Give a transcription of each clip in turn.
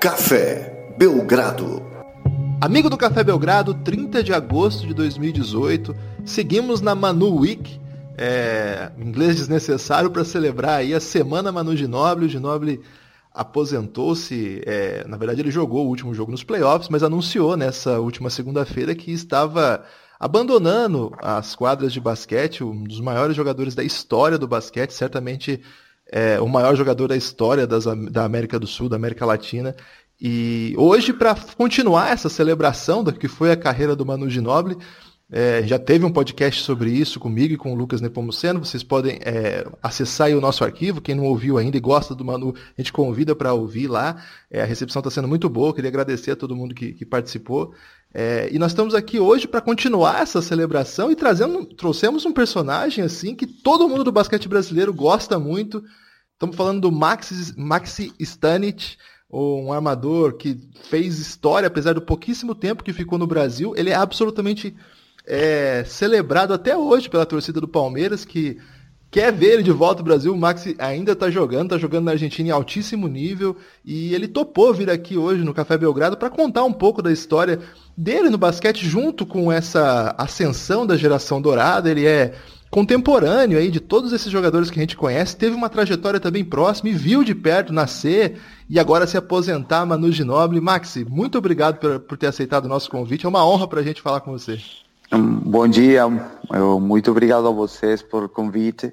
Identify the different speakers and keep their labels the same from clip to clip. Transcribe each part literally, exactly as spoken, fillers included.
Speaker 1: Café Belgrado.
Speaker 2: Amigo do Café Belgrado, trinta de agosto de dois mil e dezoito, seguimos na Manu Week, é, inglês desnecessário, para celebrar aí a Semana Manu Ginóbili. O Ginóbili aposentou-se, é, na verdade ele jogou o último jogo nos playoffs, mas anunciou nessa última segunda-feira que estava abandonando as quadras de basquete, um dos maiores jogadores da história do basquete, certamente é, o maior jogador da história das, da América do Sul, da América Latina. E hoje, para continuar essa celebração do que foi a carreira do Manu Ginóbili, é, já teve um podcast sobre isso comigo e com o Lucas Nepomuceno. Vocês podem é, acessar aí o nosso arquivo. Quem não ouviu ainda e gosta do Manu, a gente convida para ouvir lá. É, a recepção está sendo muito boa. Queria agradecer a todo mundo que, que participou. É, e nós estamos aqui hoje para continuar essa celebração e trazendo, trouxemos um personagem assim que todo mundo do basquete brasileiro gosta muito. Estamos falando do Maxi, Maxi Stanic, um armador que fez história, apesar do pouquíssimo tempo que ficou no Brasil. Ele é absolutamente é, celebrado até hoje pela torcida do Palmeiras, que quer ver ele de volta ao Brasil. O Maxi ainda está jogando, está jogando na Argentina em altíssimo nível, e ele topou vir aqui hoje no Café Belgrado para contar um pouco da história dele no basquete, junto com essa ascensão da geração dourada. Ele é contemporâneo aí de todos esses jogadores que a gente conhece, teve uma trajetória também próxima e viu de perto nascer e agora se aposentar Manu Ginóbili. Maxi, muito obrigado por, por ter aceitado o nosso convite, é uma honra para a gente falar com você.
Speaker 3: Bom dia, eu, muito obrigado a vocês por convite.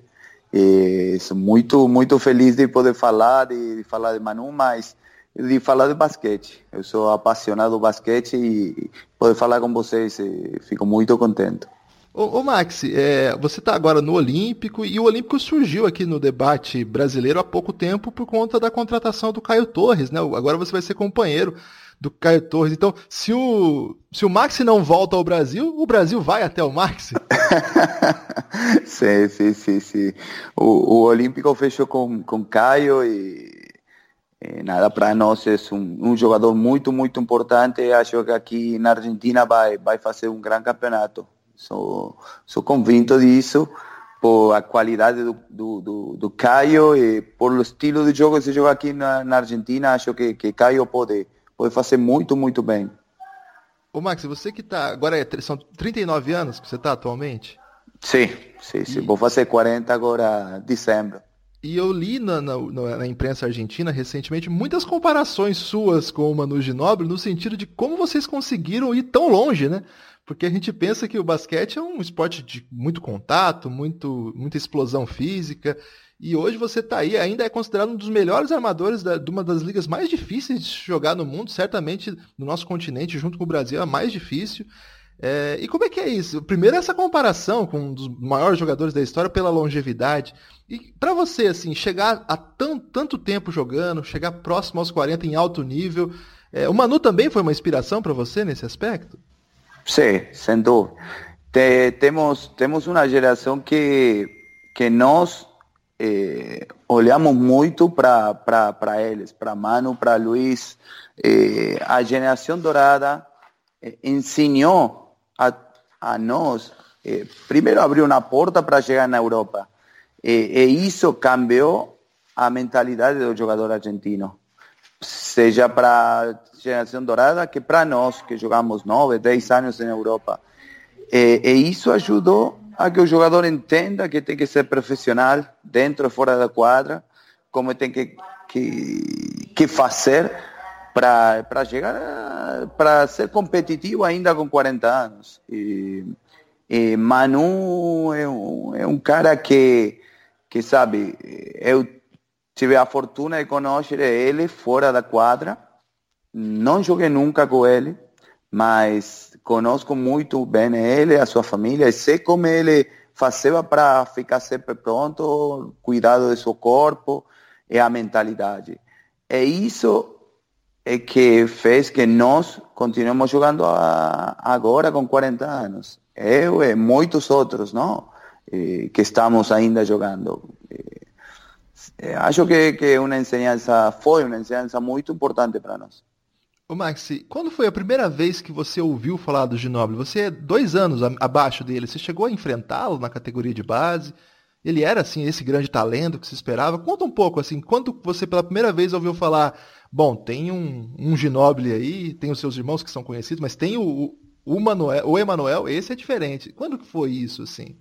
Speaker 3: E sou muito, muito feliz de poder falar, de, de falar de Manu, mas de falar de basquete. Eu sou apaixonado do basquete e poder falar com vocês, fico muito contente.
Speaker 2: Ô, ô Maxi, é, você está agora no Olímpico, e o Olímpico surgiu aqui no debate brasileiro há pouco tempo por conta da contratação do Caio Torres, né? Agora você vai ser companheiro do Caio Torres. Então, se o, se o Maxi não volta ao Brasil, o Brasil vai até o Maxi?
Speaker 3: sim, sim, sim, sim. O, o Olímpico fechou com, com Caio e, e nada, para nós é um, um jogador muito, muito importante. Acho que aqui na Argentina vai, vai fazer um grande campeonato. Sou, sou convicto disso, por a qualidade do, do, do, do Caio e por o estilo de jogo que se joga aqui na, na Argentina. Acho que, que Caio pode, pode fazer muito, muito bem.
Speaker 2: Ô Max, você que está agora, é, são trinta e nove anos que você está atualmente?
Speaker 3: Sim, sim, sim. E... vou fazer quarenta agora em dezembro.
Speaker 2: E eu li na, na, na imprensa argentina recentemente muitas comparações suas com o Manu Ginóbili, no sentido de como vocês conseguiram ir tão longe, né? Porque a gente pensa que o basquete é um esporte de muito contato, muito, muita explosão física, e hoje você está aí, ainda é considerado um dos melhores armadores da, de uma das ligas mais difíceis de jogar no mundo, certamente no nosso continente, junto com o Brasil, é a mais difícil. É, e como é que é isso? Primeiro, essa comparação com um dos maiores jogadores da história pela longevidade. E para você, assim, chegar a tão, tanto tempo jogando, chegar próximo aos quarenta em alto nível, é, o Manu também foi uma inspiração para você nesse aspecto?
Speaker 3: Sim, sem dúvida. Te, temos, temos uma geração que, que nós eh, olhamos muito para eles, para Manu, para Luiz. Eh, a geração dourada eh, ensinou a, a nós, eh, primeiro abriu uma porta para chegar na Europa, eh, e isso cambiou a mentalidade do jogador argentino, seja para geração dourada que para nós que jogamos nove, dez anos na Europa. E, e isso ajudou a que o jogador entenda que tem que ser profissional dentro e fora da quadra, como tem que, que, que fazer para chegar, para ser competitivo ainda com quarenta anos. E, e Manu é um, é um cara que, que sabe, eu tive a fortuna de conhecer ele fora da quadra. Não joguei nunca com ele, mas conosco muito bem ele, a sua família, e sei como ele fazia para ficar sempre pronto, cuidado do seu corpo e a mentalidade. E isso é que fez que nós continuemos jogando a, agora com quarenta anos. Eu e muitos outros, não? E, que estamos ainda jogando. E, acho que, que uma enseñança, foi uma enseñança muito importante para nós.
Speaker 2: Ô Maxi, quando foi a primeira vez que você ouviu falar do Ginóbili? Você é dois anos abaixo dele, você chegou a enfrentá-lo na categoria de base? Ele era, assim, esse grande talento que se esperava? Conta um pouco, assim, quando você pela primeira vez ouviu falar bom, tem um, um Ginóbili aí, tem os seus irmãos que são conhecidos, mas tem o, o, Manuel, o Emanuel, esse é diferente. Quando que foi isso, assim?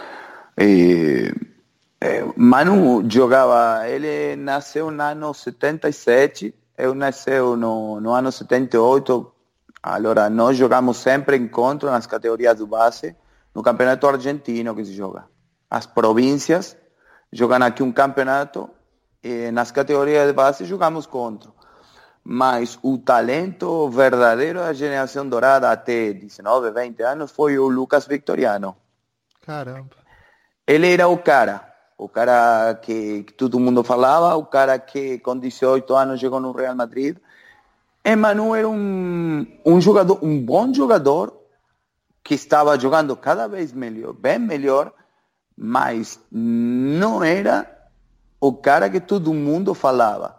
Speaker 3: E, é, Manu jogava, ele nasceu no ano setenta e sete, eu nasceu no, no ano setenta e oito, allora nós jogamos sempre encontro nas categorias do base, no campeonato argentino que se joga. As províncias jogam aqui um campeonato, e nas categorias de base jogamos contra. Mas o talento verdadeiro da geração dourada até dezenove, vinte anos foi o Lucas Victoriano.
Speaker 2: Caramba.
Speaker 3: Ele era o cara, o cara que, que todo mundo falava, o cara que com dezoito anos chegou no Real Madrid. E Manu era um, um jogador, um bom jogador, que estava jogando cada vez melhor, bem melhor, mas não era o cara que todo mundo falava.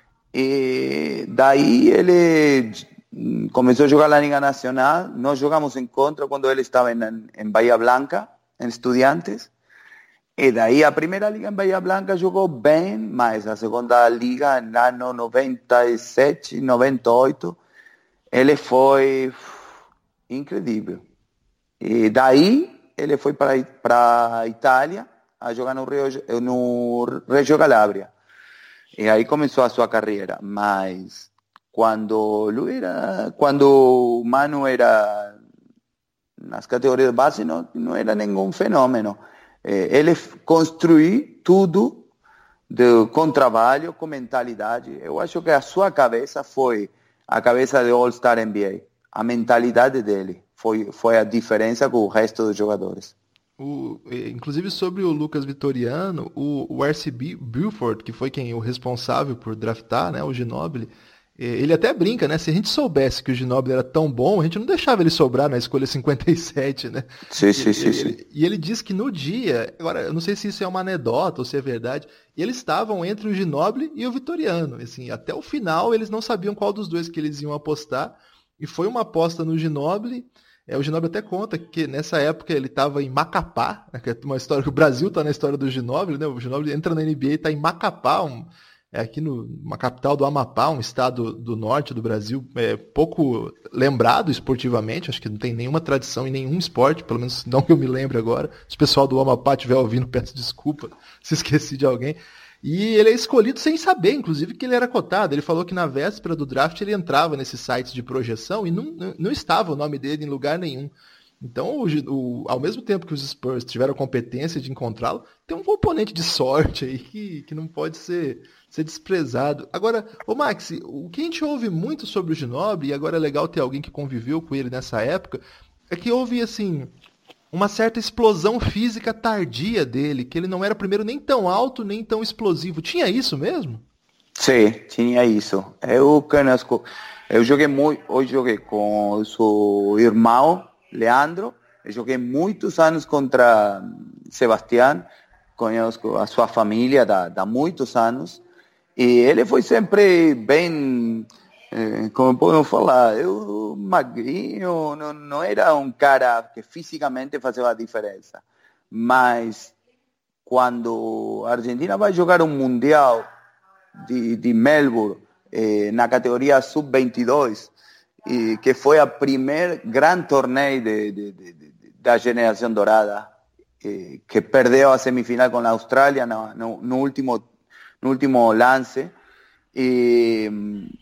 Speaker 3: E daí ele começou a jogar na Liga Nacional, nós jogamos em contra quando ele estava em, em Bahia Blanca, em Estudiantes, e daí a primeira liga em Bahia Blanca jogou bem, mas a segunda liga, no ano noventa e sete, noventa e oito, ele foi incrível. E daí ele foi para a Itália a jogar no, Rio, no Reggio Calabria. E aí começou a sua carreira. Mas quando, era, quando o Manu era nas categorias de base, não, não era nenhum fenômeno. Ele construiu tudo de, com trabalho, com mentalidade. Eu acho que a sua cabeça foi a cabeça de All-Star N B A. A mentalidade dele foi, foi a diferença com o resto dos jogadores.
Speaker 2: O, inclusive sobre o Lucas Victoriano, o, o R C Buford, que foi quem o responsável por draftar, né, o Ginóbili, ele até brinca, né? Se a gente soubesse que o Ginóbili era tão bom, a gente não deixava ele sobrar na escolha cinquenta e sete, né?
Speaker 3: Sim, sim,
Speaker 2: e,
Speaker 3: sim, sim.
Speaker 2: Ele, e ele diz que no dia, agora, eu não sei se isso é uma anedota ou se é verdade, eles estavam entre o Ginóbili e o Victoriano. Assim, até o final, eles não sabiam qual dos dois que eles iam apostar, e foi uma aposta no Ginóbili. É, o Ginóbili até conta que nessa época ele estava em Macapá, né, que é uma história que o Brasil está na história do Ginóbili, né? O Ginóbili entra na N B A e está em Macapá, um, é aqui no, uma capital do Amapá, um estado do norte do Brasil, é, pouco lembrado esportivamente, acho que não tem nenhuma tradição em nenhum esporte, pelo menos não que eu me lembre agora. Se o pessoal do Amapá estiver ouvindo, peço desculpa se esqueci de alguém. E ele é escolhido sem saber, inclusive, que ele era cotado. Ele falou que na véspera do draft ele entrava nesses sites de projeção e não, não estava o nome dele em lugar nenhum. Então, o, o, ao mesmo tempo que os Spurs tiveram a competência de encontrá-lo, tem um componente de sorte aí que, que não pode ser, ser desprezado. Agora, ô Maxi, o que a gente ouve muito sobre o Ginóbili, e agora é legal ter alguém que conviveu com ele nessa época, é que houve, assim, uma certa explosão física tardia dele, que ele não era, primeiro, nem tão alto, nem tão explosivo. Tinha isso mesmo?
Speaker 3: Sim, tinha isso. Eu conheço, eu joguei muito, hoje joguei com o seu irmão, Leandro, eu joguei muitos anos contra Sebastián, conheço a sua família há muitos anos, e ele foi sempre bem, eh, como podemos falar, eu magrinho, não, não era um cara que fisicamente fazia a diferença, mas quando a Argentina vai jogar um Mundial de, de Melbourne, eh, na categoria sub vinte e dois, e que foi a primeiro grande torneio de, de, de, de, da geração dourada, eh, que perdeu a semifinal com a Austrália no, no, no, último, no último lance. E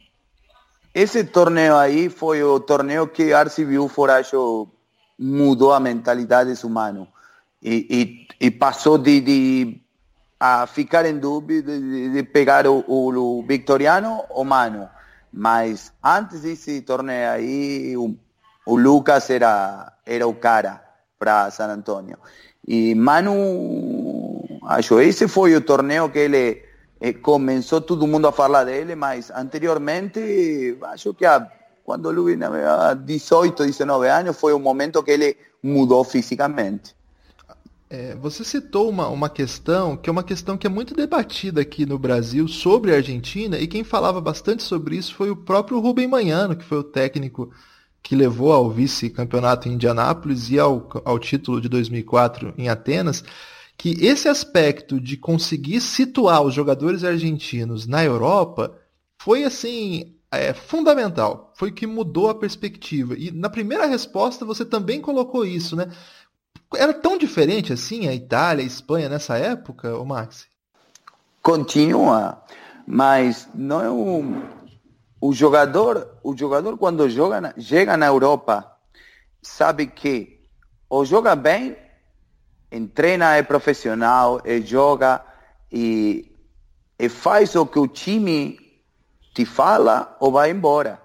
Speaker 3: esse torneio aí foi o torneio que R C Buford acho mudou a mentalidade humana e, e, e passou de, de a ficar em dúvida de, de pegar o, o, o Victoriano ou Manu. Mas antes desse torneio aí, o, o Lucas era, era o cara para San Antonio. E Manu, acho, esse foi o torneio que ele eh, começou todo mundo a falar dele, mas anteriormente, acho que a, quando ele tinha dezoito, dezenove anos, foi o momento que ele mudou fisicamente.
Speaker 2: É, você citou uma, uma questão que é uma questão que é muito debatida aqui no Brasil sobre a Argentina, e quem falava bastante sobre isso foi o próprio Rubem Manhano, que foi o técnico que levou ao vice-campeonato em Indianápolis e ao, ao título de dois mil e quatro em Atenas, que esse aspecto de conseguir situar os jogadores argentinos na Europa foi assim, é, fundamental. Foi o que mudou a perspectiva. E na primeira resposta você também colocou isso, né? Era tão diferente assim a Itália, a Espanha nessa época, ô Max?
Speaker 3: Continua, mas não é um, o jogador, o jogador quando joga, chega na Europa, sabe que ou joga bem, treina, é profissional, e joga e, e faz o que o time te fala ou vai embora.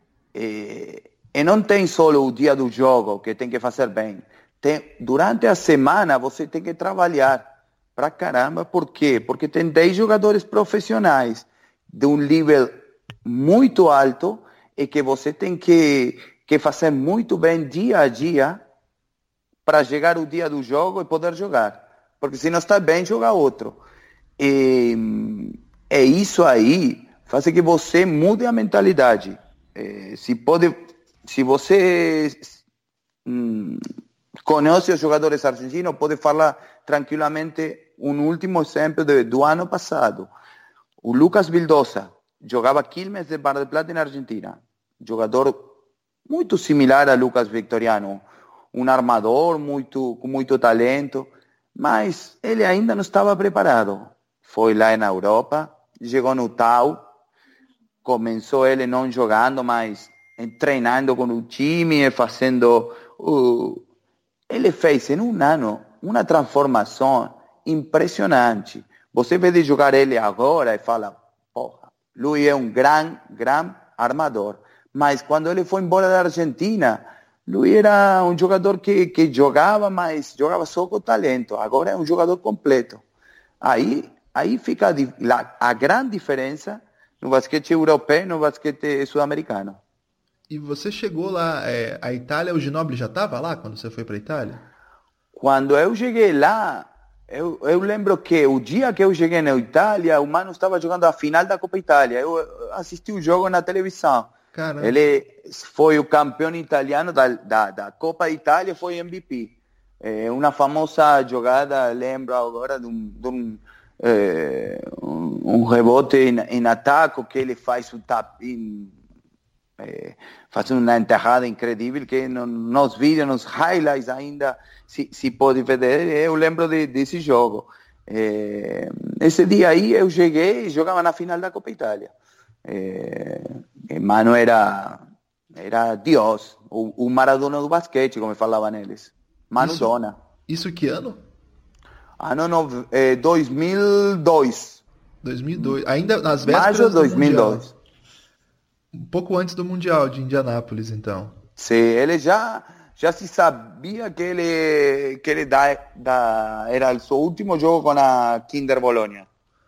Speaker 3: E, e não tem só o dia do jogo que tem que fazer bem. Tem, durante a semana você tem que trabalhar pra caramba. Por quê? Porque tem dez jogadores profissionais de um nível muito alto e que você tem que, que fazer muito bem dia a dia para chegar o dia do jogo e poder jogar. Porque se não está bem, joga outro. E é isso aí faz que você mude a mentalidade. É, se, pode, se você hum, conhece os jogadores argentinos, pode falar tranquilamente um último exemplo de, do ano passado. O Lucas Vildosa jogava Quilmes de Mar del Plata na Argentina. Jogador muito similar a Lucas Victoriano. Um armador muito, com muito talento, mas ele ainda não estava preparado. Foi lá na Europa, chegou no Tau, começou ele não jogando, mas treinando com o time, fazendo... Uh, ele fez em um ano uma transformação impressionante. Você vê de jogar ele agora e fala, porra, Luis é um grande, grande armador. Mas quando ele foi embora da Argentina, Luis era um jogador que, que jogava, mas jogava só com talento. Agora é um jogador completo. Aí, aí fica a, a grande diferença no basquete europeu e no basquete sul-americano.
Speaker 2: E você chegou lá, é, a Itália, o Ginóbili já estava lá quando você foi para a Itália?
Speaker 3: Quando eu cheguei lá, eu, eu lembro que o dia que eu cheguei na Itália, o Manu estava jogando a final da Copa Itália. Eu assisti o jogo na televisão. Caramba. Ele foi o campeão italiano da, da, da Copa Itália, foi M V P. É uma famosa jogada, lembro agora, de um, de um, é, um, um rebote em, em ataque, que ele faz um tap in, é, faz uma enterrada incrível, que no, nos vídeos, nos highlights ainda se, se pode ver. Eu lembro de, desse jogo. É, esse dia aí eu cheguei e jogava na final da Copa Itália. É, Mano era, era Deus, o, o Maradona do basquete, como falavam eles. Mano isso, Dona.
Speaker 2: Isso que ano?
Speaker 3: Ano no, eh, dois mil e dois.
Speaker 2: dois mil e dois, ainda nas vésperas
Speaker 3: Maio de dois mil e dois.
Speaker 2: Do um pouco antes do Mundial de Indianápolis, então.
Speaker 3: Sim, ele já, já se sabia que ele, que ele da, da, era o seu último jogo com a Kinder Bologna.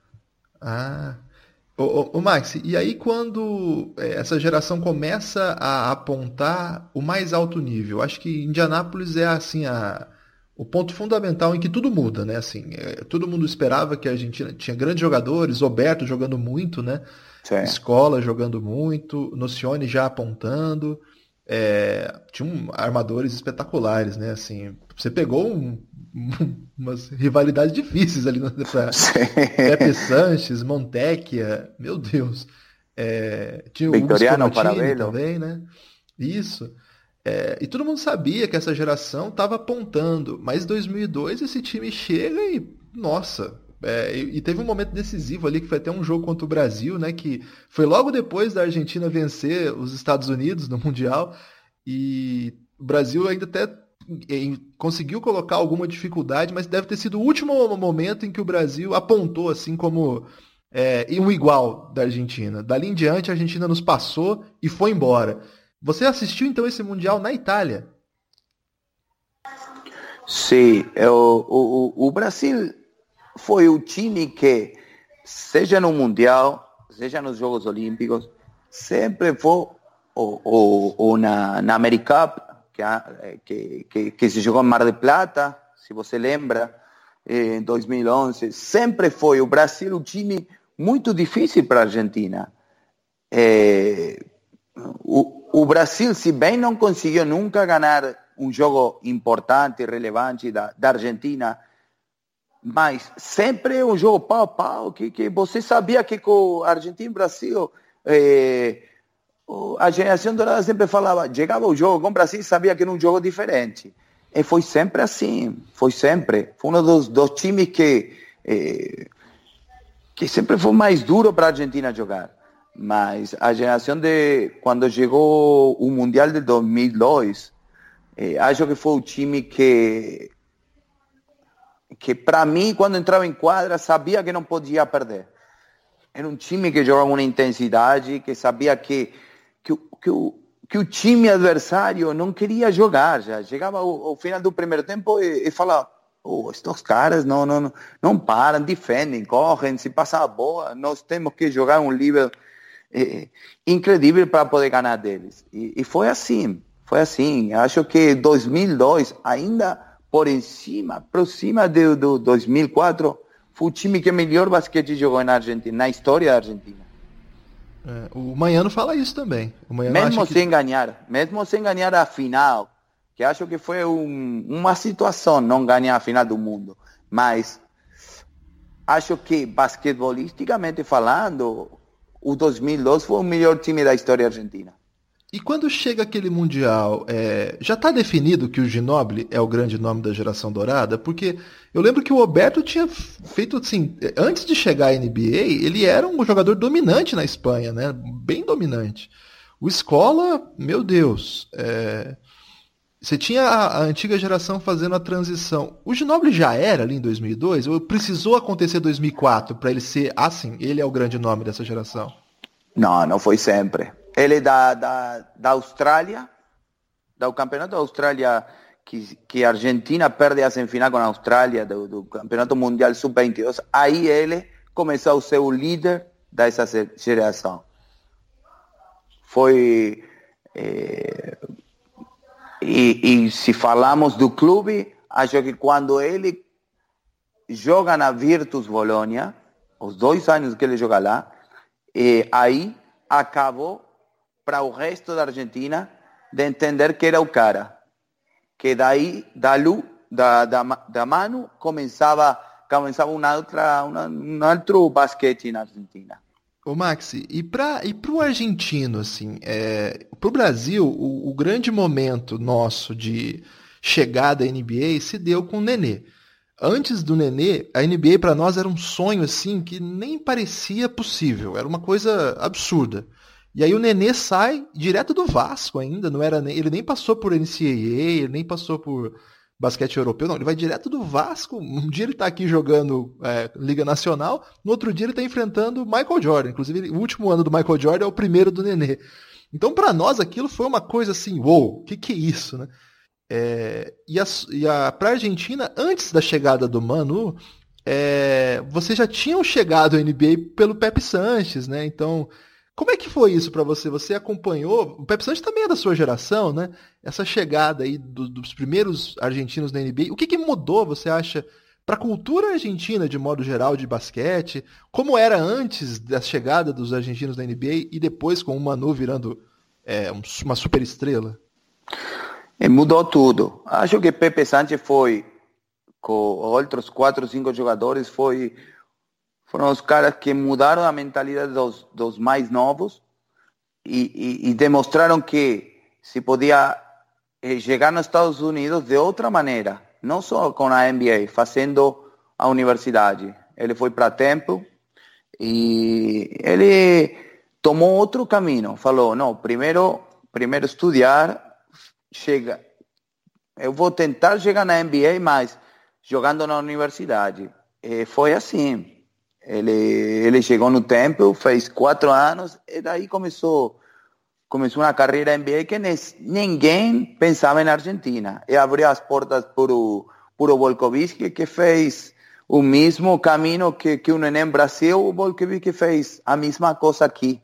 Speaker 2: Ah, ô, ô, ô Max, e aí quando essa geração começa a apontar o mais alto nível, acho que Indianápolis é assim a, o ponto fundamental em que tudo muda, né? Assim, é, todo mundo esperava que a Argentina tinha grandes jogadores, Roberto jogando muito, né? Sim. Escola jogando muito, Nocione já apontando, é, tinha um, armadores espetaculares, né? Assim, você pegou um, um, umas rivalidades difíceis ali para Pepe Sanches, Montecchia, meu Deus, é, tinha o
Speaker 3: Victoriano Parabelo
Speaker 2: também, né? Isso. É, e todo mundo sabia que essa geração estava apontando, mas em dois mil e dois esse time chega e, nossa, é, e, e teve um momento decisivo ali, que foi até um jogo contra o Brasil, né, que foi logo depois da Argentina vencer os Estados Unidos no Mundial, e o Brasil ainda até em, conseguiu colocar alguma dificuldade, mas deve ter sido o último momento em que o Brasil apontou assim como é, um igual da Argentina. Dali em diante a Argentina nos passou e foi embora. Você assistiu, então, esse Mundial na Itália?
Speaker 3: Sim, o, o, o Brasil foi o time que, seja no Mundial, seja nos Jogos Olímpicos, sempre foi, ou, ou, ou na, na AmeriCup, que, que, que, que se jogou em Mar del Plata, se você lembra, em dois mil e onze, sempre foi o Brasil um time muito difícil para a Argentina. É, o, O Brasil, se bem não conseguiu nunca ganhar um jogo importante e relevante da, da Argentina, mas sempre um jogo pau a pau, que, que você sabia que com a Argentina e o Brasil É, a geração dourada sempre falava, chegava o jogo com o Brasil e sabia que era um jogo diferente. E foi sempre assim, foi sempre. Foi um dos, dos times que, eh, que sempre foi mais duro para a Argentina jogar. Mas a geração de, quando chegou o Mundial de dois mil e dois, eh, acho que foi o time que, que para mim, quando entrava em quadra, sabia que não podia perder. Era um time que jogava uma intensidade, que sabia que, que, que, o, que o time adversário não queria jogar. Já chegava ao, ao final do primeiro tempo e, e falava, oh, estes caras não, não, não param, defendem, correm, se passa a boa, nós temos que jogar um nível eh, incrível para poder ganhar deles. E, e foi assim, foi assim. Acho que dois mil e dois, ainda por em cima, por cima do, do dois mil e quatro, foi o time que melhor basquete jogou na Argentina, na história da Argentina.
Speaker 2: É, o Manhano fala isso também. O Manhano
Speaker 3: mesmo
Speaker 2: acha
Speaker 3: sem
Speaker 2: que...
Speaker 3: ganhar, mesmo sem ganhar a final, que acho que foi um, uma situação não ganhar a final do mundo, mas acho que basquetebolisticamente falando, o dois mil e dois foi o melhor time da história argentina.
Speaker 2: E quando chega aquele Mundial, é, já está definido que o Ginóbili é o grande nome da geração dourada? Porque eu lembro que o Roberto tinha feito assim, antes de chegar à N B A, ele era um jogador dominante na Espanha, né? Bem dominante. O Scola, meu Deus, é, você tinha a, a antiga geração fazendo a transição. O Ginóbili já era ali em dois mil e dois? Ou precisou acontecer em dois mil e quatro para ele ser, assim, ele é o grande nome dessa geração?
Speaker 3: Não, não foi sempre. Ele é da, da, da Austrália, do campeonato da Austrália, que, que a Argentina perde a semifinal com a Austrália, do, do campeonato mundial sub vinte e dois. Aí ele começou a ser o líder dessa geração. Foi... É, e, e se falamos do clube, acho que quando ele joga na Virtus Bologna, os dois anos que ele joga lá, e aí acabou para o resto da Argentina de entender que era o cara. Que daí, da, Lu, da, da, da mano, começava, começava uma outra, uma, um outro basquete na Argentina.
Speaker 2: Ô Maxi, e para e o argentino, assim, é, para o Brasil, o, o grande momento nosso de chegada à N B A se deu com o Nenê. Antes do Nenê, a N B A para nós era um sonho assim que nem parecia possível, era uma coisa absurda. E aí o Nenê sai direto do Vasco ainda, não era nem, ele nem passou por N C A A, ele nem passou por basquete europeu, não, ele vai direto do Vasco. Um dia ele tá aqui jogando é, Liga Nacional, no outro dia ele tá enfrentando o Michael Jordan. Inclusive, o último ano do Michael Jordan é o primeiro do Nenê. Então, para nós, aquilo foi uma coisa assim, uou, o que que é isso, né? É, e a, e a, pra Argentina, antes da chegada do Manu, é, vocês já tinham chegado à N B A pelo Pepe Sanches, né? Então, como é que foi isso para você? Você acompanhou? O Pepe Sanches também é da sua geração, né? Essa chegada aí do, dos primeiros argentinos na N B A. O que, que mudou, você acha, para a cultura argentina, de modo geral, de basquete? Como era antes da chegada dos argentinos na N B A e depois com o Manu virando é, uma super estrela?
Speaker 3: E mudou tudo. Acho que Pepe Sanches foi, com outros quatro, cinco jogadores, foi... Foram os caras que mudaram a mentalidade dos, dos mais novos e, e, e demonstraram que se podia eh, chegar nos Estados Unidos de outra maneira, não só com a N B A, fazendo a universidade. Ele foi para Temple e ele tomou outro caminho. Falou, não, primeiro, primeiro estudar, chega, eu vou tentar chegar na N B A, mas jogando na universidade. E foi assim. Ele, ele chegou no Temple, fez quatro anos e daí começou, começou uma carreira N B A que ninguém pensava na Argentina. E abriu as portas para o, para o Volkovich, que fez o mesmo caminho que, que o Nenê no Brasil. O Volkovich fez a mesma coisa aqui.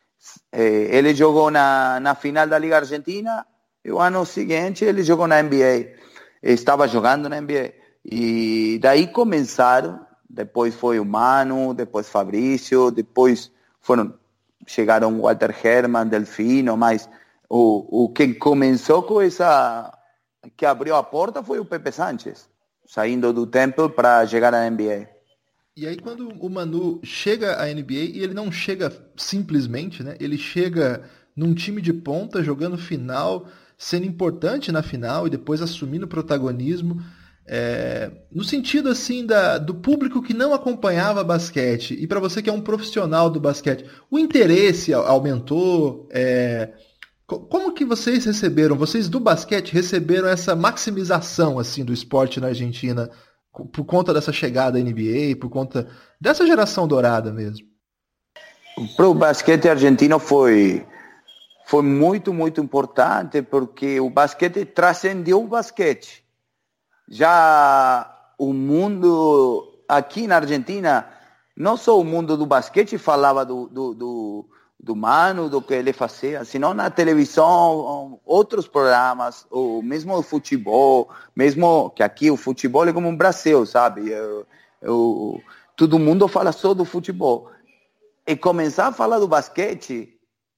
Speaker 3: Ele jogou na, na final da Liga Argentina e o ano seguinte ele jogou na N B A. Estava jogando na N B A. E daí começaram. Depois foi o Manu, depois Fabrício, depois foram, chegaram Walter Hermann, Delfino, mas o, o que começou com essa, que abriu a porta foi o Pepe Sanches, saindo do Temple para chegar à N B A.
Speaker 2: E aí quando o Manu chega à N B A, e ele não chega simplesmente, né? Ele chega num time de ponta, jogando final, sendo importante na final e depois assumindo protagonismo. É, no sentido assim da, do público que não acompanhava basquete, e para você que é um profissional do basquete, o interesse aumentou? É, como que vocês receberam, vocês do basquete receberam essa maximização assim do esporte na Argentina por conta dessa chegada à N B A, por conta dessa geração dourada mesmo?
Speaker 3: Para o basquete argentino foi, foi muito, muito importante, porque o basquete transcendeu o basquete. Já o mundo aqui na Argentina, não só o mundo do basquete falava do, do, do, do Manu, do que ele fazia, senão na televisão, outros programas, ou mesmo o futebol, mesmo que aqui o futebol é como um Brasil, sabe? Eu, eu, todo mundo fala só do futebol. E começar a falar do basquete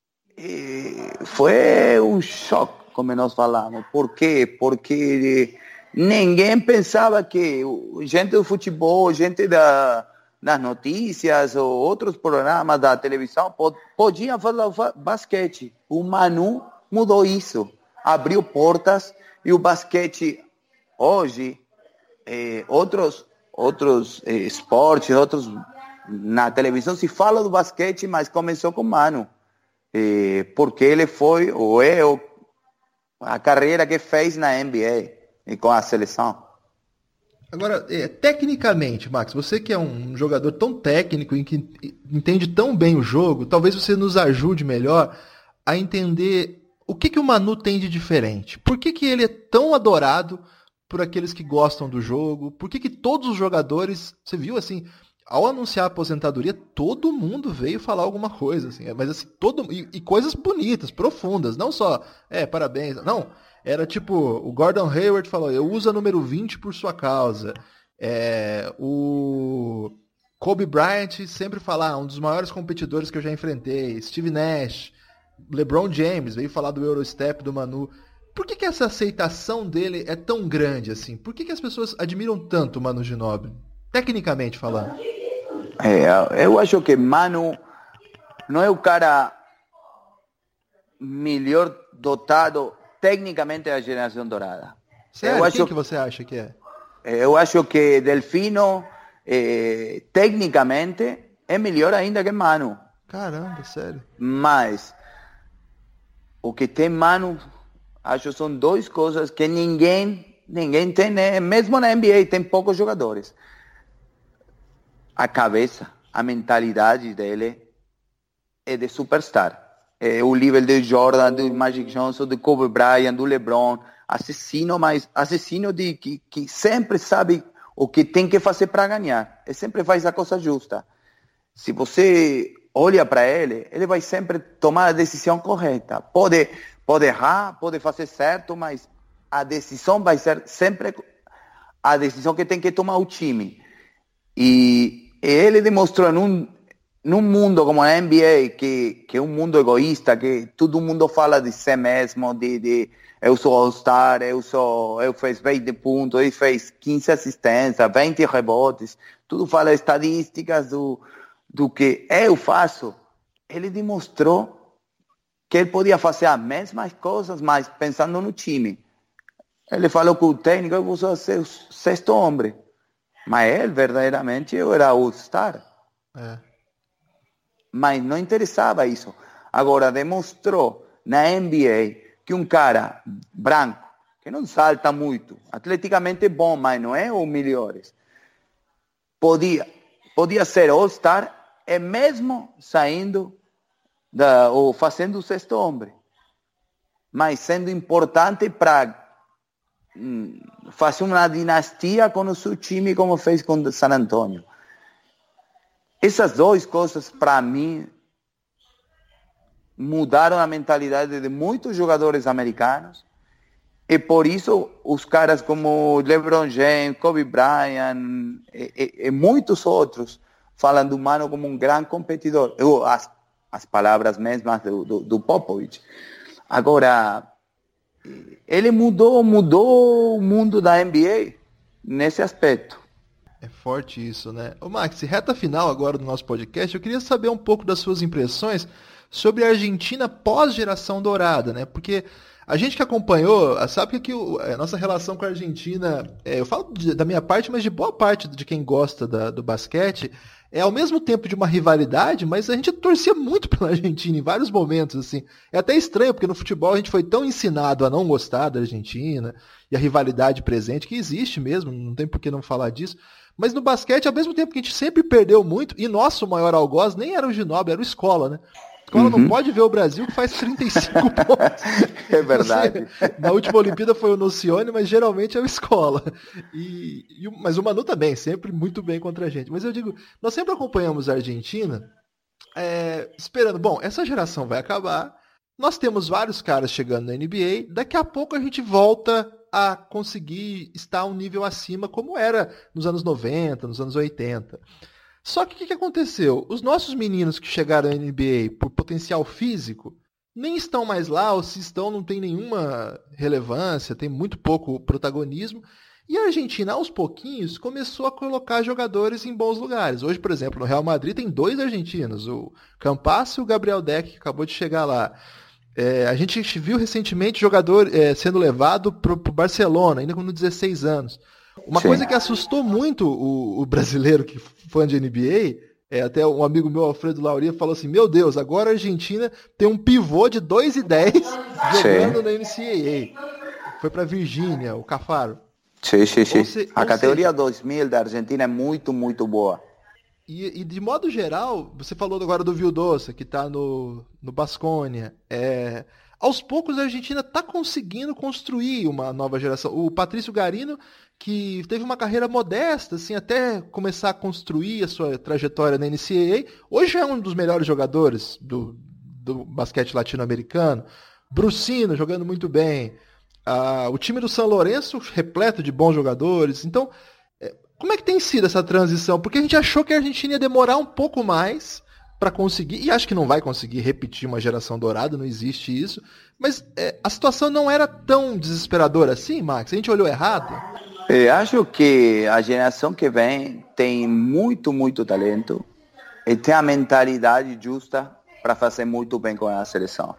Speaker 3: foi um choque, como nós falamos. Por quê? Porque ninguém pensava que gente do futebol, gente da, das notícias ou outros programas da televisão podiam falar basquete. O Manu mudou isso, abriu portas, e o basquete hoje, eh, outros, outros eh, esportes, outros, na televisão se fala do basquete, mas começou com o Manu, eh, porque ele foi, ou é, a carreira que fez na N B A. E com a seleção.
Speaker 2: Agora, é, tecnicamente, Max, você que é um jogador tão técnico e que entende tão bem o jogo, talvez você nos ajude melhor a entender o que, que o Manu tem de diferente. Por que, que ele é tão adorado por aqueles que gostam do jogo? Por que, que todos os jogadores, você viu assim, ao anunciar a aposentadoria, todo mundo veio falar alguma coisa, assim, mas assim, todo, e, e coisas bonitas, profundas, não só, é, parabéns, não. Era tipo, o Gordon Hayward falou, eu uso a número vinte por sua causa. É, o Kobe Bryant sempre fala, um dos maiores competidores que eu já enfrentei. Steve Nash, LeBron James veio falar do Eurostep, do Manu. Por que, que essa aceitação dele é tão grande assim? Por que, que as pessoas admiram tanto o Manu Ginóbili? Tecnicamente falando.
Speaker 3: É, eu acho que Manu não é o cara melhor dotado tecnicamente da geração dourada.
Speaker 2: Sério?
Speaker 3: Eu acho,
Speaker 2: quem que você acha que é?
Speaker 3: Eu acho que Delfino, eh, tecnicamente, é melhor ainda que Manu.
Speaker 2: Caramba, sério.
Speaker 3: Mas o que tem Manu, acho, são duas coisas que ninguém, ninguém tem, né? Mesmo na N B A tem poucos jogadores. A cabeça, a mentalidade dele é de superstar. É o nível de Jordan, do Magic Johnson, do Kobe Bryant, do LeBron, assassino, mas assassino de, que, que sempre sabe o que tem que fazer para ganhar. Ele sempre faz a coisa justa. Se você olha para ele, ele vai sempre tomar a decisão correta. Pode, pode errar, pode fazer certo, mas a decisão vai ser sempre a decisão que tem que tomar o time. E ele demonstrou num num mundo como a N B A, que, que é um mundo egoísta, que todo mundo fala de si mesmo, de, de eu sou All-Star, eu sou, eu fiz vinte pontos, ele fez quinze assistências, vinte rebotes, tudo fala estatísticas do, do que eu faço. Ele demonstrou que ele podia fazer as mesmas coisas, mas pensando no time. Ele falou com o técnico, eu vou ser o sexto homem. Mas ele, verdadeiramente, eu era All-Star.
Speaker 2: É.
Speaker 3: Mas não interessava isso. Agora, demonstrou na N B A que um cara branco, que não salta muito, atleticamente bom, mas não é o melhores, podia, podia ser All-Star e mesmo saindo da, ou fazendo o sexto homem, mas sendo importante para hum, fazer uma dinastia com o seu time, como fez com o San Antonio. Essas duas coisas, para mim, mudaram a mentalidade de muitos jogadores americanos. E por isso, os caras como LeBron James, Kobe Bryant e, e, e muitos outros falam do Manu como um grande competidor. Eu, as, as palavras mesmas do, do, do Popovich. Agora, ele mudou, mudou o mundo da N B A nesse aspecto.
Speaker 2: É forte isso, né? Ô Max, reta final agora do nosso podcast, eu queria saber um pouco das suas impressões sobre a Argentina pós-geração dourada, né? Porque a gente que acompanhou, sabe que a nossa relação com a Argentina, é, eu falo de, da minha parte, mas de boa parte de quem gosta da, do basquete, é ao mesmo tempo de uma rivalidade, mas a gente torcia muito pela Argentina em vários momentos, assim. É até estranho, porque no futebol a gente foi tão ensinado a não gostar da Argentina, e a rivalidade presente, que existe mesmo, não tem por que não falar disso. Mas no basquete, ao mesmo tempo que a gente sempre perdeu muito, e nosso maior algoz nem era o Ginóbili, era o Escola, né? Escola uhum. Não pode ver o Brasil que faz trinta e cinco pontos.
Speaker 3: É verdade.
Speaker 2: Você, na última Olimpíada foi o Nocione, mas geralmente é o Escola. E, e, mas o Manu também, sempre muito bem contra a gente. Mas eu digo, nós sempre acompanhamos a Argentina, é, esperando, bom, essa geração vai acabar, nós temos vários caras chegando na N B A, daqui a pouco a gente volta a conseguir estar a um nível acima como era nos anos noventa, nos anos oitenta. Só que o que, que aconteceu? Os nossos meninos que chegaram na N B A por potencial físico nem estão mais lá, ou se estão não tem nenhuma relevância, tem muito pouco protagonismo. E a Argentina, aos pouquinhos, começou a colocar jogadores em bons lugares. Hoje, por exemplo, no Real Madrid tem dois argentinos, o Campasso e o Gabriel Deck, que acabou de chegar lá. É, a gente viu recentemente jogador é, sendo levado para o Barcelona, ainda com dezesseis anos. Uma Sim. coisa que assustou muito o, o brasileiro que fã de N B A, é, até um amigo meu, Alfredo Lauria, falou assim, meu Deus, agora a Argentina tem um pivô de dois e dez jogando Sim. na N C A A. Foi para Virgínia, o Cafaro.
Speaker 3: Sim, sim, sim. Se, a categoria seja, dois mil da Argentina é muito, muito boa.
Speaker 2: E, e de modo geral, você falou agora do Vildoça, que está no, no Baskonia. É, aos poucos a Argentina está conseguindo construir uma nova geração. O Patrício Garino, que teve uma carreira modesta, assim, até começar a construir a sua trajetória na N C A A, hoje é um dos melhores jogadores do, do basquete latino-americano. Brucino jogando muito bem. Ah, o time do São Lourenço repleto de bons jogadores. Então, como é que tem sido essa transição? Porque a gente achou que a Argentina ia demorar um pouco mais para conseguir, e acho que não vai conseguir repetir uma geração dourada, não existe isso, mas é, a situação não era tão desesperadora assim, Max? A gente olhou errado?
Speaker 3: Eu acho que a geração que vem tem muito, muito talento e tem a mentalidade justa para fazer muito bem com a seleção.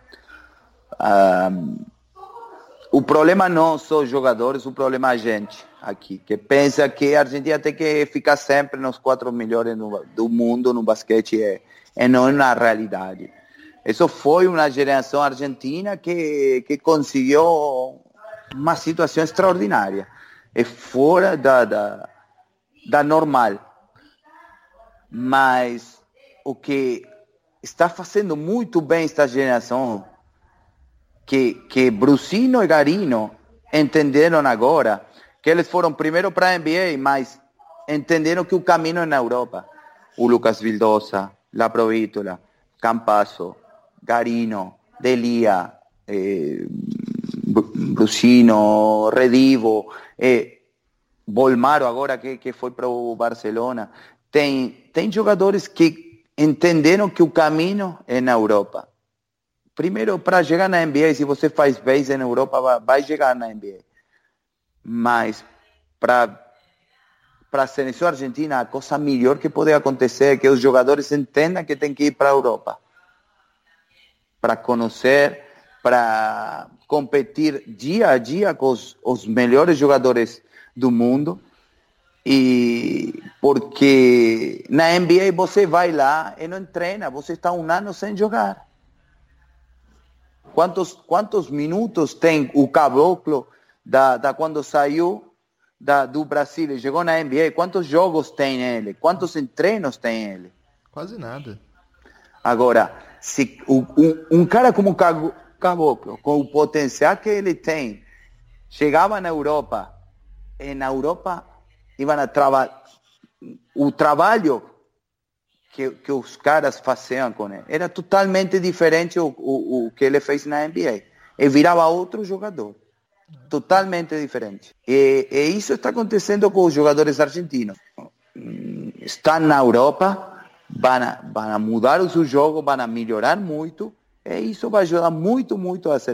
Speaker 3: Um, o problema não são os jogadores, o problema é a gente aqui, que pensa que a Argentina tem que ficar sempre nos quatro melhores no, do mundo no basquete e, e não na realidade. Isso foi uma geração argentina que, que conseguiu uma situação extraordinária. É fora da, da, da normal. Mas o que está fazendo muito bem esta geração, que, que Brucino e Garino entenderam agora, que eles foram primeiro para a N B A, mas entenderam que o caminho é na Europa. O Lucas Vildoça, La Provítola, Campasso, Garino, Delia, eh, Brucino, Redivo, eh, Bolmaro agora que, que foi para o Barcelona. Tem, tem jogadores que entenderam que o caminho é na Europa. Primeiro, para chegar na N B A, se você faz base na Europa, vai, vai chegar na N B A. Mas para para a seleção argentina, a coisa melhor que pode acontecer é que os jogadores entendam que tem que ir para a Europa. Para conhecer, para competir dia a dia com os, os melhores jogadores do mundo. E porque na N B A você vai lá e não treina, você está um ano sem jogar. Quantos, quantos minutos tem o Caboclo da, da quando saiu da, do Brasil e chegou na N B A? Quantos jogos tem ele? Quantos treinos tem ele?
Speaker 2: Quase nada.
Speaker 3: Agora, se o, um, um cara como o Caboclo, com o potencial que ele tem, chegava na Europa, e na Europa iam a trabalhar, o trabalho que, que os caras faziam com ele era totalmente diferente o, o, o que ele fez na N B A. E virava outro jogador. Totalmente diferente. E, e isso está acontecendo com os jogadores argentinos. Estão na Europa, vão a, vão a mudar o seu jogo, vão a melhorar muito, e isso vai ajudar muito, muito a seleção.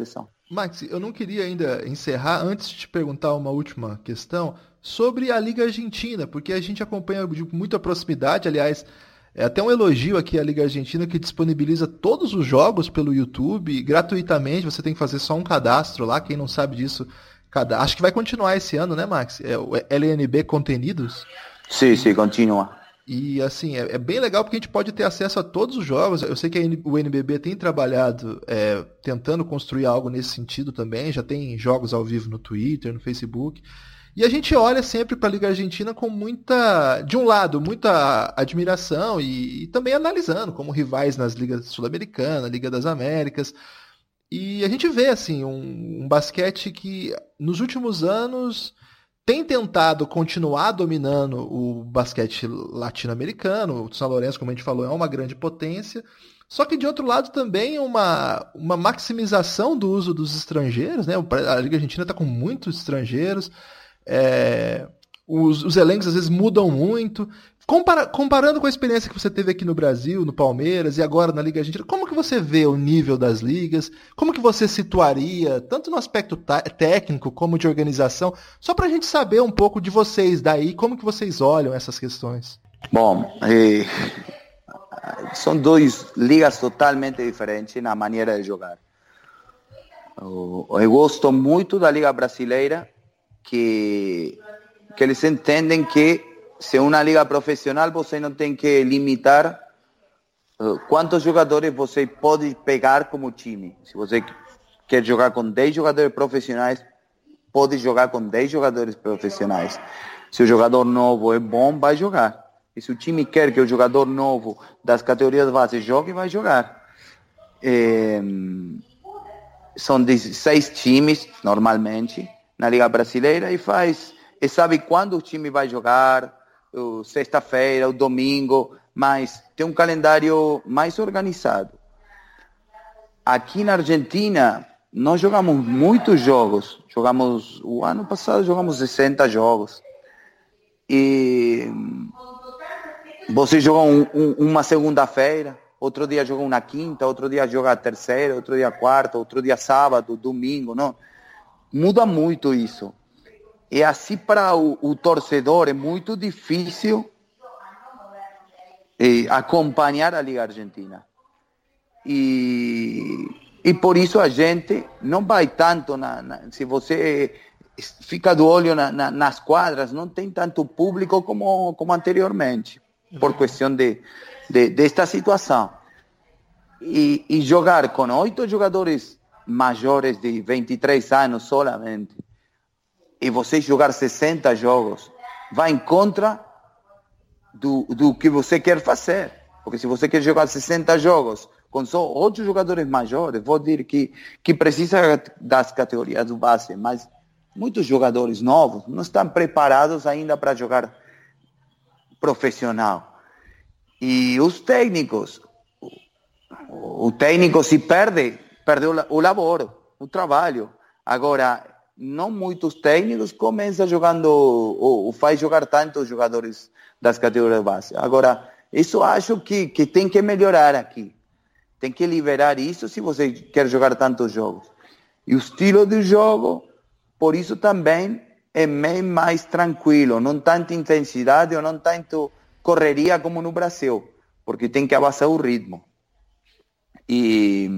Speaker 2: Max, eu não queria ainda encerrar antes de te perguntar uma última questão sobre a Liga Argentina, porque a gente acompanha de muita proximidade, aliás, é até um elogio aqui à Liga Argentina que disponibiliza todos os jogos pelo YouTube gratuitamente, você tem que fazer só um cadastro lá, quem não sabe disso, cada... acho que vai continuar esse ano, né, Max? É o L N B Contenidos?
Speaker 3: Sim, sim, continua.
Speaker 2: E assim, é, é bem legal porque a gente pode ter acesso a todos os jogos. Eu sei que a N, o N B B tem trabalhado é, tentando construir algo nesse sentido também, já tem jogos ao vivo no Twitter, no Facebook. E a gente olha sempre para a Liga Argentina com muita, de um lado, muita admiração e, e também analisando como rivais nas ligas sul-americana, Liga das Américas. E a gente vê assim um, um basquete que nos últimos anos tem tentado continuar dominando o basquete latino-americano. O São Lourenço, como a gente falou, é uma grande potência. Só que, de outro lado, também uma, uma maximização do uso dos estrangeiros, né? A Liga Argentina está com muitos estrangeiros. É, os, os elencos, às vezes, mudam muito. Compara, comparando com a experiência que você teve aqui no Brasil, no Palmeiras e agora na Liga Argentina, como que você vê o nível das ligas? Como que você situaria, tanto no aspecto técnico como de organização, só para a gente saber um pouco de vocês daí, como que vocês olham essas questões?
Speaker 3: Bom, eh, são duas ligas totalmente diferentes na maneira de jogar. Eu gosto muito da Liga Brasileira, que, que eles entendem que se é uma liga profissional, você não tem que limitar uh, quantos jogadores você pode pegar como time. Se você quer jogar com dez jogadores profissionais, pode jogar com dez jogadores profissionais. Se o jogador novo é bom, vai jogar. E se o time quer que o jogador novo das categorias base jogue, vai jogar. É, são dezesseis times, normalmente, na Liga Brasileira, e faz, e sabe quando o time vai jogar, sexta-feira, o domingo, mas tem um calendário mais organizado. Aqui na Argentina, nós jogamos muitos jogos. Jogamos, o ano passado jogamos sessenta jogos. E você joga um, um, uma segunda-feira, outro dia joga uma quinta, outro dia joga a terceira, outro dia quarta, outro dia sábado, domingo, não? Muda muito isso. E assim para o, o torcedor é muito difícil eh, acompanhar a Liga Argentina. E, e por isso a gente não vai tanto, na, na, se você fica do olho na, na, nas quadras, não tem tanto público como, como anteriormente, por questão de, de, desta situação. E, e jogar com oito jogadores maiores de vinte e três anos solamente, e você jogar sessenta jogos, vai em contra do, do que você quer fazer. Porque se você quer jogar sessenta jogos com só oito jogadores maiores, vou dizer que, que precisa das categorias do base, mas muitos jogadores novos não estão preparados ainda para jogar profissional. E os técnicos, o, o técnico se perde, perde o, o labor, o trabalho. Agora, não muitos técnicos começam jogando, ou, ou faz jogar tantos jogadores das categorias base. Agora, isso acho que, que tem que melhorar aqui. Tem que liberar isso se você quer jogar tantos jogos. E o estilo do jogo, por isso também é bem mais tranquilo. Não tanta intensidade ou não tanto correria como no Brasil. Porque tem que abaixar o ritmo. E,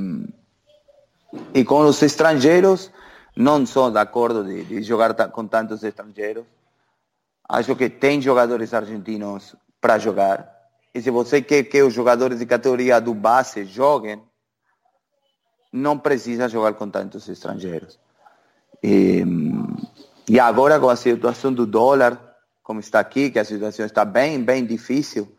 Speaker 3: e com os estrangeiros, não sou de acordo de, de jogar com tantos estrangeiros. Acho que tem jogadores argentinos para jogar. E se você quer que os jogadores de categoria do base joguem, não precisa jogar com tantos estrangeiros. E, e agora com a situação do dólar, como está aqui, que a situação está bem, bem difícil,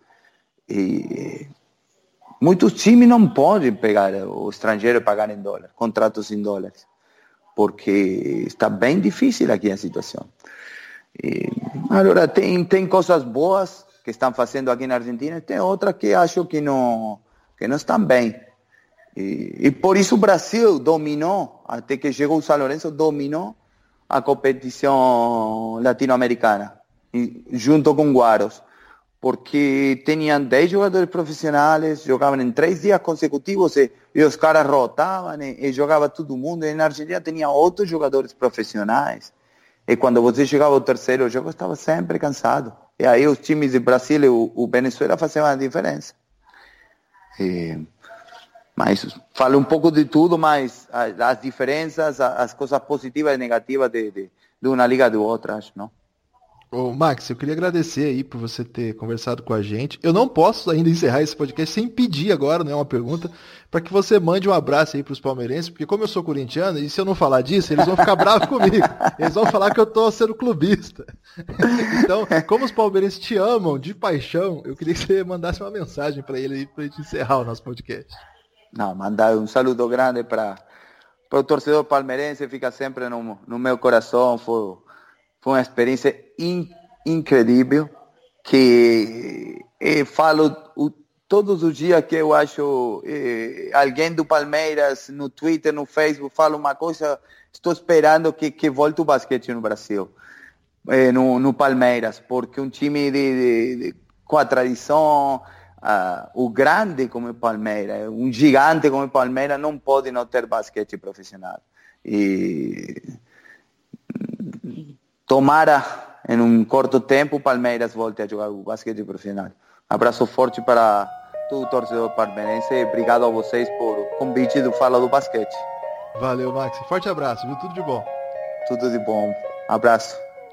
Speaker 3: e muitos times não podem pegar o estrangeiro e pagar em dólar, contratos em dólares, porque está bem difícil aqui a situação. E, agora, tem, tem coisas boas que estão fazendo aqui na Argentina, tem outras que acho que não, que não estão bem. E, e por isso o Brasil dominou, até que chegou o São Lourenço, dominou a competição latino-americana, junto com Guaros. porque tinham dez jogadores profissionais, jogavam em três dias consecutivos e, e os caras rotavam e, e jogava todo mundo. E na Argentina tinha outros jogadores profissionais. E quando você chegava ao terceiro jogo, estava sempre cansado. E aí os times de Brasil e o, o Venezuela faziam a diferença. E, mas falo um pouco de tudo, mas as, as diferenças, as, as coisas positivas e negativas de, de, de uma liga de outra, acho, não?
Speaker 2: Ô, Max, eu queria agradecer aí por você ter conversado com a gente. Eu não posso ainda encerrar esse podcast sem pedir agora, não é uma pergunta, para que você mande um abraço aí para os palmeirenses, porque como eu sou corintiano, e se eu não falar disso, eles vão ficar bravos comigo. Eles vão falar que eu tô sendo clubista. Então, como os palmeirenses te amam de paixão, eu queria que você mandasse uma mensagem para ele aí, para a gente encerrar o nosso podcast.
Speaker 3: Não, mandar um saludo grande para o torcedor palmeirense, fica sempre no, no meu coração. Foi, foi uma experiência in, incrível, que eh, falo o, todos os dias que eu acho eh, alguém do Palmeiras no Twitter, no Facebook, fala uma coisa, estou esperando que, que volte o basquete no Brasil, eh, no, no Palmeiras, porque um time de, de, de, com a tradição, Uh, o grande como o Palmeiras, um gigante como o Palmeiras não pode não ter basquete profissional. E tomara, em um curto tempo, o Palmeiras volte a jogar o basquete profissional. Abraço forte para todo o torcedor palmeirense e obrigado a vocês por o convite do Fala do Basquete.
Speaker 2: Valeu, Max. Forte abraço, viu? Tudo de bom.
Speaker 3: Tudo de bom. Abraço.